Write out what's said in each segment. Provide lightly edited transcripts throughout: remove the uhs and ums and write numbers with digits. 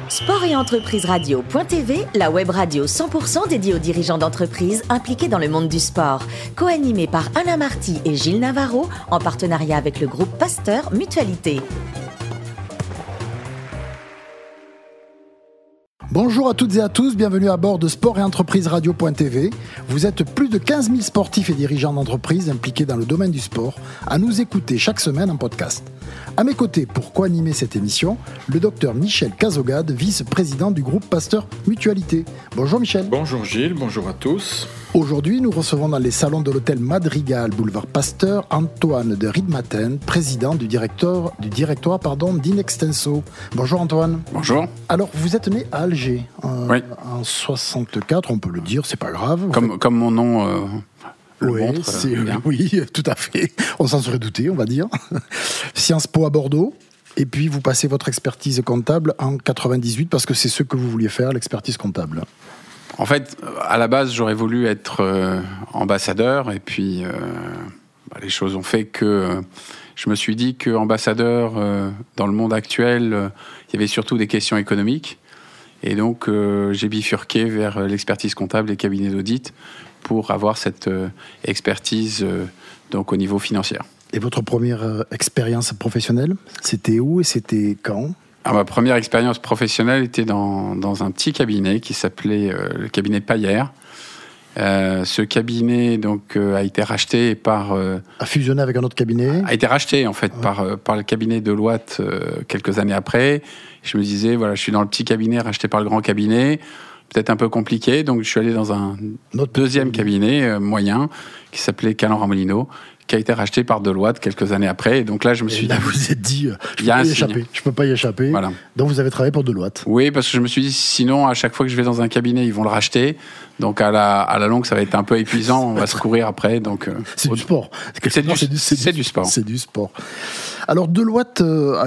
Sport et entreprise radio.tv, la web radio 100% dédiée aux dirigeants d'entreprises impliqués dans le monde du sport. Co-animée par Alain Marty et Gilles Navarro, en partenariat avec le groupe Pasteur Mutualité. Bonjour à toutes et à tous, bienvenue à bord de Sport et entreprise radio.tv. Vous êtes plus de 15 000 sportifs et dirigeants d'entreprises impliqués dans le domaine du sport à nous écouter chaque semaine en podcast. À mes côtés, pour co-animer cette émission, le docteur Michel Cazogade, vice-président du groupe Pasteur Mutualité. Bonjour Michel. Bonjour Gilles, bonjour à tous. Aujourd'hui, nous recevons dans les salons de l'hôtel Madrigal, boulevard Pasteur, Antoine de Riedmaten, président du directoire d'Inextenso. Bonjour Antoine. Bonjour. Alors, vous êtes né à Alger oui. En 64, on peut le dire, c'est pas grave. Comme mon nom le montre. Oui, tout à fait. On s'en serait douté, on va dire. Sciences Po à Bordeaux. Et puis, vous passez votre expertise comptable en 98 parce que c'est ce que vous vouliez faire, l'expertise comptable. En fait, à la base, j'aurais voulu être ambassadeur. Et puis, les choses ont fait que je me suis dit qu'ambassadeur, dans le monde actuel, il y avait surtout des questions économiques. Et donc, j'ai bifurqué vers l'expertise comptable et cabinet d'audit pour avoir cette expertise donc au niveau financier. Et votre première expérience professionnelle, c'était où et c'était quand ? Alors, ma première expérience professionnelle était dans un petit cabinet qui s'appelait le cabinet Paillère. Ce cabinet donc a été racheté par... a fusionné avec un autre cabinet ? A été racheté en fait par le cabinet Deloitte quelques années après. Je me disais, voilà, je suis dans le petit cabinet racheté par le grand cabinet, peut-être un peu compliqué, donc je suis allé dans un deuxième cabinet moyen qui s'appelait Calan-Ramolino, qui a été racheté par Deloitte quelques années après. Et donc là, je me suis dit... vous vous êtes dit, je ne peux pas y échapper. Voilà. Donc vous avez travaillé pour Deloitte. Oui, parce que je me suis dit, sinon, à chaque fois que je vais dans un cabinet, ils vont le racheter. Donc à la longue, ça va être un peu épuisant. On va se courir après. Donc, c'est du sport. C'est du sport. C'est du sport. Alors Deloitte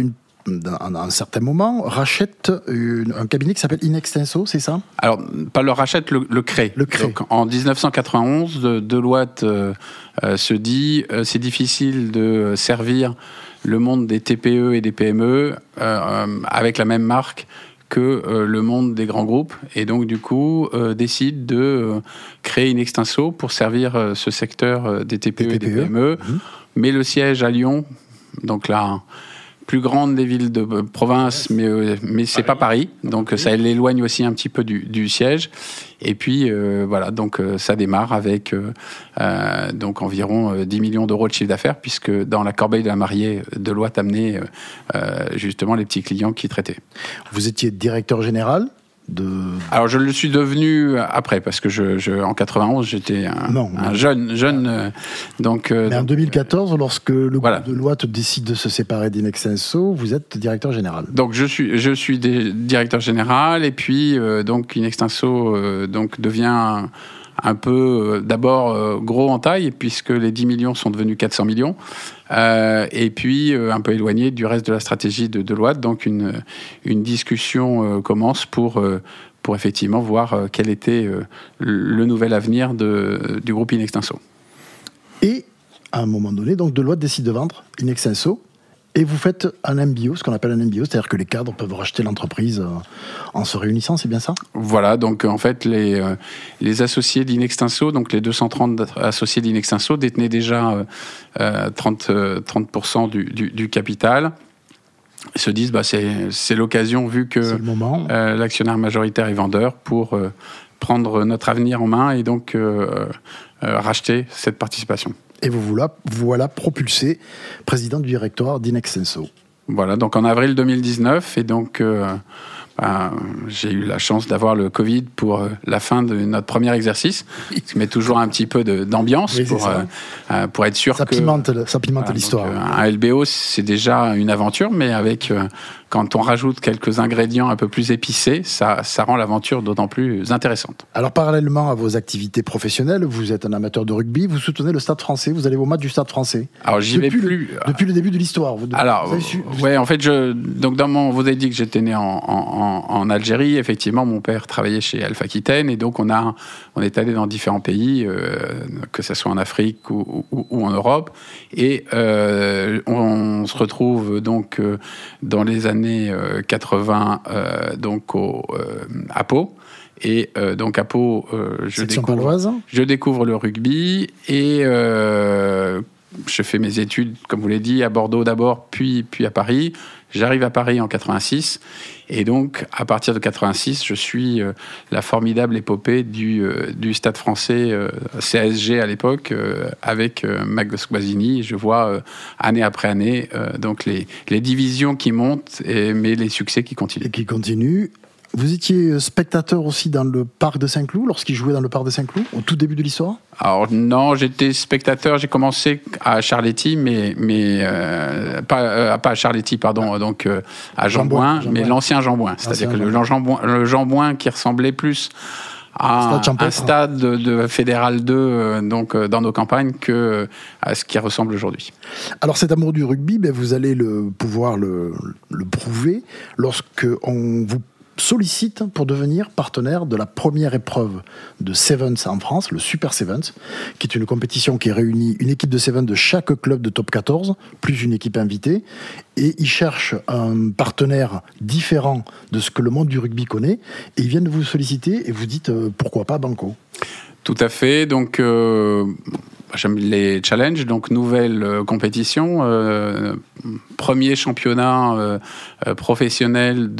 à un certain moment, rachète un cabinet qui s'appelle Inextenso, c'est ça ? Alors, pas le rachète, le crée. Donc, en 1991, Deloitte se dit c'est difficile de servir le monde des TPE et des PME avec la même marque que le monde des grands groupes. Et donc, du coup, décide de créer Inextenso pour servir ce secteur des TPE et des PME. Mais le siège à Lyon, donc là... plus grande des villes de province, mais c'est pas Paris, donc ça l'éloigne aussi un petit peu du siège. Et puis voilà, donc ça démarre avec donc environ 10 millions d'euros de chiffre d'affaires, puisque dans la corbeille de la mariée, Deloitte amenait justement les petits clients qui traitaient. Vous étiez directeur général ? Alors je le suis devenu après, parce que en 91 j'étais un jeune donc. Mais en 2014, lorsque le groupe Deloitte décide de se séparer d'Inextenso, vous êtes directeur général. Donc je suis directeur général, et puis donc Inextenso donc devient un peu d'abord gros en taille, puisque les 10 millions sont devenus 400 millions. Et puis un peu éloigné du reste de la stratégie de Deloitte. Donc une discussion commence pour effectivement voir quel était le nouvel avenir du groupe Inextenso. Et à un moment donné, donc Deloitte décide de vendre Inextenso. Et vous faites un MBO, ce qu'on appelle un MBO, c'est-à-dire que les cadres peuvent racheter l'entreprise en se réunissant, c'est bien ça ? Voilà, donc en fait, les associés d'Inextenso, donc les 230 associés d'Inextenso, détenaient déjà 30% du capital. Ils se disent, c'est l'occasion, vu que l'actionnaire majoritaire est vendeur, pour prendre notre avenir en main et donc racheter cette participation. Et vous voilà propulsé président du directoire d'Inextenso. Voilà, donc en avril 2019, et donc j'ai eu la chance d'avoir le Covid pour la fin de notre premier exercice, ce qui met toujours un petit peu d'ambiance pour être sûr ça pimente l'histoire. Donc, un LBO, c'est déjà une aventure, mais avec... quand on rajoute quelques ingrédients un peu plus épicés, ça rend l'aventure d'autant plus intéressante. Alors, parallèlement à vos activités professionnelles, vous êtes un amateur de rugby, vous soutenez le Stade français, vous allez au match du Stade français. Alors, j'y vais plus... Depuis le début de l'histoire. Alors, ouais, en fait, donc vous avez dit que j'étais né en Algérie. Effectivement, mon père travaillait chez Alpha Aquitaine, et donc on est allé dans différents pays, que ce soit en Afrique ou en Europe, et on se retrouve donc dans les années années 80 donc à Pau. Et donc à Pau, je découvre le rugby et je fais mes études, comme vous l'avez dit, à Bordeaux d'abord, puis à Paris. J'arrive à Paris en 86 et donc à partir de 86, je suis la formidable épopée du Stade Français CSG à l'époque avec Max Guazzini. Je vois année après année donc les divisions qui montent, mais les succès qui continuent. Et qui continuent. Vous étiez spectateur aussi dans le parc de Saint-Cloud, lorsqu'il jouait dans le parc de Saint-Cloud, au tout début de l'histoire ? Alors non, j'étais spectateur, j'ai commencé à Charletti, mais pas à Charletti, pardon, donc à Jean-Bouin, mais l'ancien Jean-Bouin. C'est-à-dire que le Jean-Bouin qui ressemblait plus à un stade de Fédéral 2 donc, dans nos campagnes que à ce qui ressemble aujourd'hui. Alors cet amour du rugby, vous allez pouvoir le prouver lorsque on vous sollicite pour devenir partenaire de la première épreuve de Sevens en France, le Super Sevens, qui est une compétition qui réunit une équipe de Sevens de chaque club de top 14, plus une équipe invitée, et ils cherchent un partenaire différent de ce que le monde du rugby connaît, et ils viennent vous solliciter et vous dites pourquoi pas Banco. Tout à fait, donc j'aime les challenges, donc nouvelle compétition, premier championnat professionnel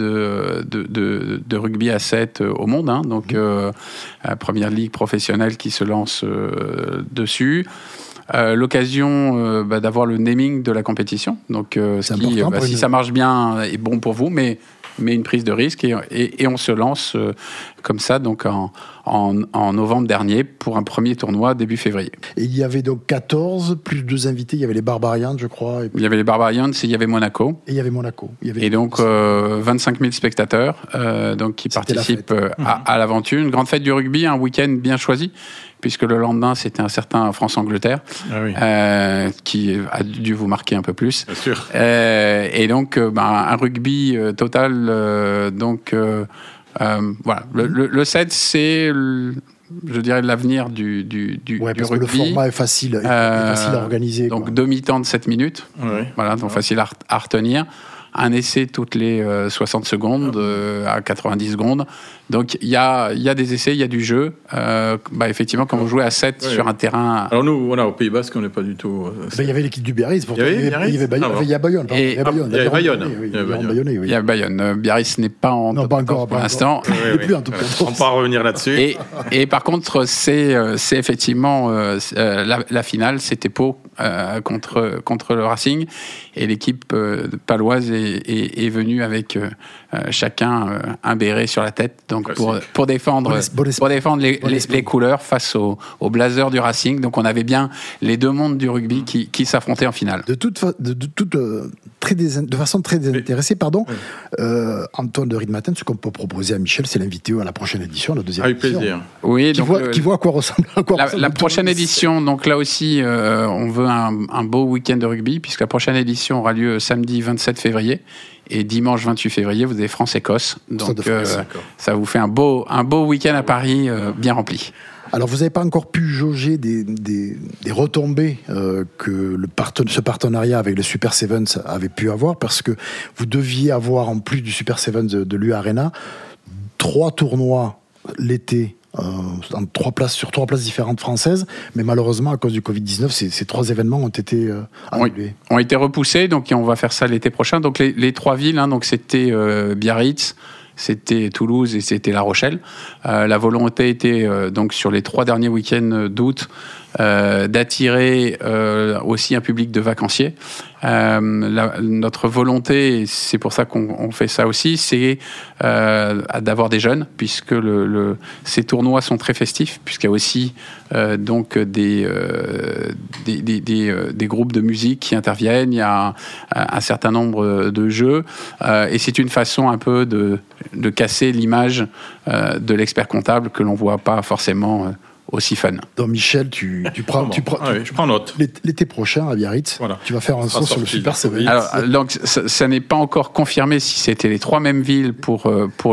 de rugby à 7 au monde, hein, donc première ligue professionnelle qui se lance dessus. L'occasion d'avoir le naming de la compétition, donc si ça marche bien est bon pour vous, mais une prise de risque et on se lance comme ça donc en novembre dernier pour un premier tournoi début février. Et il y avait donc 14 plus 2 invités, il y avait les Barbarians je crois. Il y avait les Barbarians et il y avait Monaco. Et donc 25 000 spectateurs donc qui participent à l'aventure. Une grande fête du rugby, un week-end bien choisi, puisque le lendemain, c'était un certain France-Angleterre, qui a dû vous marquer un peu plus. Bien sûr. Et donc, un rugby total. Voilà. Le 7, c'est, je dirais, l'avenir du parce rugby. Que le format est facile à organiser. Donc, demi-temps de 7 minutes. Voilà, donc facile à retenir. Un essai toutes les 60 secondes à 90 secondes. Donc, il y a des essais, il y a du jeu. Effectivement, quand vous jouez à 7 sur un terrain... Alors nous, voilà, au Pays Basque, on n'est pas du tout... il y avait l'équipe du Biarritz. Il y avait Bayonne. Il y a Bayonne. Biarritz n'est pas en top encore pour l'instant. On va revenir là-dessus. Et par contre, c'est effectivement la finale, c'était Pau contre le Racing. Et l'équipe paloise est venue avec chacun un béret sur la tête, donc pour défendre les couleurs face aux blazers du Racing. Donc on avait bien les deux mondes du rugby qui s'affrontaient en finale. De façon très désintéressée, Antoine de Riedmaten, ce qu'on peut proposer à Michel, c'est l'inviter à la prochaine édition, la deuxième édition. Avec plaisir. Oui, qui voit à quoi ressemble. La prochaine édition, donc là aussi, on veut un beau week-end de rugby, puisque la prochaine édition aura lieu samedi 27 février. Et dimanche 28 février, vous avez France-Écosse. Donc ça vous fait un beau week-end à Paris, bien rempli. Alors, vous n'avez pas encore pu jauger des retombées que ce partenariat avec le Super Sevens avait pu avoir, parce que vous deviez avoir, en plus du Super Sevens de l'U Arena, 3 tournois l'été, sur 3 places différentes françaises, mais malheureusement, à cause du Covid-19, ces 3 événements ont été annulés. Ont été repoussés, donc on va faire ça l'été prochain. Donc les 3 villes, donc c'était Biarritz, c'était Toulouse et c'était La Rochelle. La volonté était donc sur les 3 derniers week-ends d'août d'attirer aussi un public de vacanciers. Notre volonté, et c'est pour ça qu'on fait ça aussi, c'est d'avoir des jeunes, puisque ces tournois sont très festifs, puisqu'il y a aussi donc des groupes de musique qui interviennent, il y a un certain nombre de jeux, et c'est une façon un peu de casser l'image de l'expert comptable que l'on voit pas forcément aussi fun. Donc Michel, tu prends note. L'été prochain à Biarritz, tu vas faire un saut sur le Super Sevens. Alors, donc ça n'est pas encore confirmé si c'était les 3 mêmes villes pour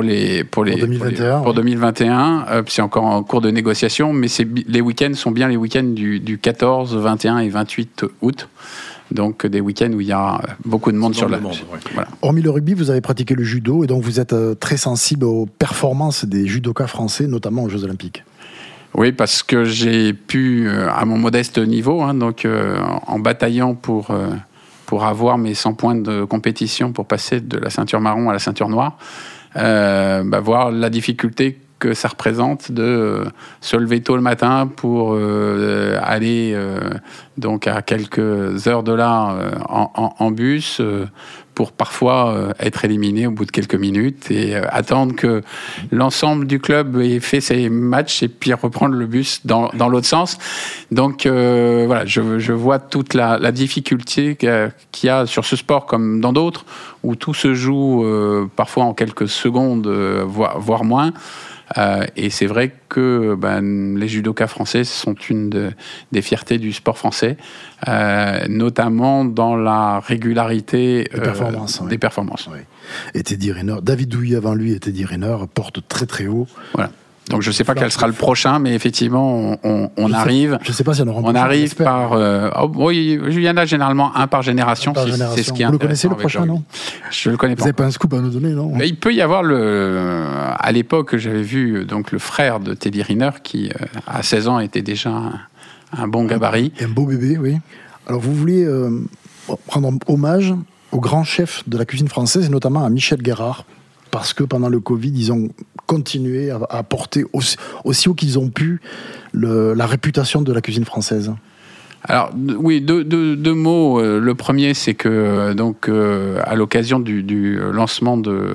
2021. C'est encore en cours de négociation, mais les week-ends sont bien les week-ends du 14, 21 et 28 août. donc des week-ends où il y a beaucoup de monde sur la... Voilà. Hormis le rugby, vous avez pratiqué le judo et donc vous êtes très sensible aux performances des judokas français, notamment aux Jeux Olympiques. Oui, parce que j'ai pu, à mon modeste niveau, donc en bataillant pour avoir mes 100 points de compétition pour passer de la ceinture marron à la ceinture noire, voir la difficulté que ça représente de se lever tôt le matin pour aller donc à quelques heures de là en bus pour parfois être éliminé au bout de quelques minutes et attendre que l'ensemble du club ait fait ses matchs et puis reprendre le bus dans l'autre sens. Donc voilà, je vois toute la difficulté qu'il y a sur ce sport comme dans d'autres où tout se joue parfois en quelques secondes, voire moins. Et c'est vrai que les judokas français sont une des fiertés du sport français, notamment dans la régularité des performances. Oui. Et Teddy Riner, David Douillet avant lui et Teddy Riner portent très très haut. Voilà. Donc je ne sais pas quel sera le prochain, mais effectivement, on arrive. Je ne sais pas si on arrive par. Oui, il y en a généralement un par génération. C'est ce qui est Vous le connaissez le prochain, non? Je le connais pas. Vous n'avez pas un scoop à nous donner, non? Mais il peut y avoir à l'époque, j'avais vu donc le frère de Teddy Riner qui, à 16 ans, était déjà un bon gabarit. Un beau bébé, oui. Alors vous voulez rendre hommage au grand chef de la cuisine française, et notamment à Michel Guérard, parce que pendant le Covid, ils ont continué à porter aussi haut qu'ils ont pu la réputation de la cuisine française. Alors oui, deux mots. Le premier, c'est que donc à l'occasion du lancement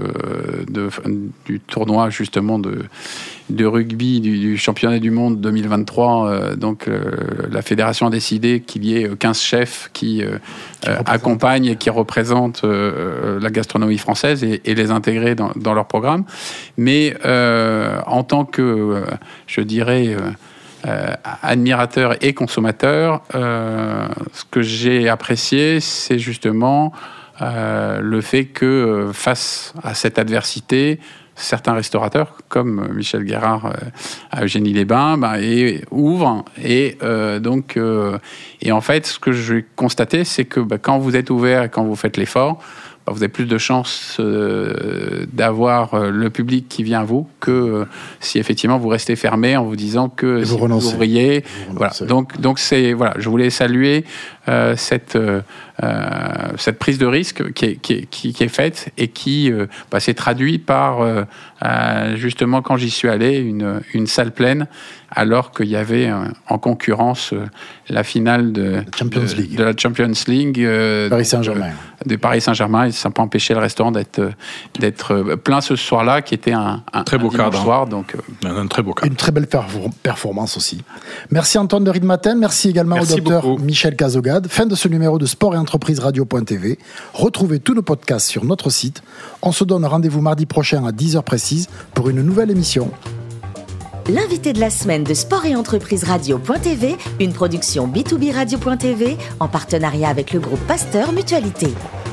du tournoi justement de rugby du championnat du monde 2023, la fédération a décidé qu'il y ait 15 chefs qui accompagnent et qui représentent la gastronomie française et les intégrer dans leur programme. Mais en tant que, je dirais, admirateur et consommateur, ce que j'ai apprécié, c'est justement le fait que face à cette adversité, certains restaurateurs, comme Michel Guérard à Eugénie-les-Bains, ouvrent. Et en fait, ce que j'ai constaté, c'est que quand vous êtes ouvert et quand vous faites l'effort, vous avez plus de chances d'avoir le public qui vient à vous que si effectivement vous restez fermé en vous disant que si vous ouvriez. Voilà. Donc c'est voilà, je voulais saluer cette prise de risque qui est faite et qui s'est traduit par justement quand j'y suis allé une salle pleine alors qu'il y avait en concurrence la finale de la Champions League Paris Saint-Germain. De Paris Saint-Germain, et ça n'a pas empêché le restaurant d'être plein ce soir-là, qui était un très beau cadre soir. Donc, un très beau cadre. Une très belle performance aussi. Merci Antoine de Riedmaten, merci également au docteur beaucoup. Michel Cazogade. Fin de ce numéro de Sport et Entreprise Radio.tv. Retrouvez tous nos podcasts sur notre site. On se donne rendez-vous mardi prochain à 10h précise pour une nouvelle émission. L'invité de la semaine de Sport et Entreprise Radio.tv, une production B2B Radio.tv en partenariat avec le groupe Pasteur Mutualité.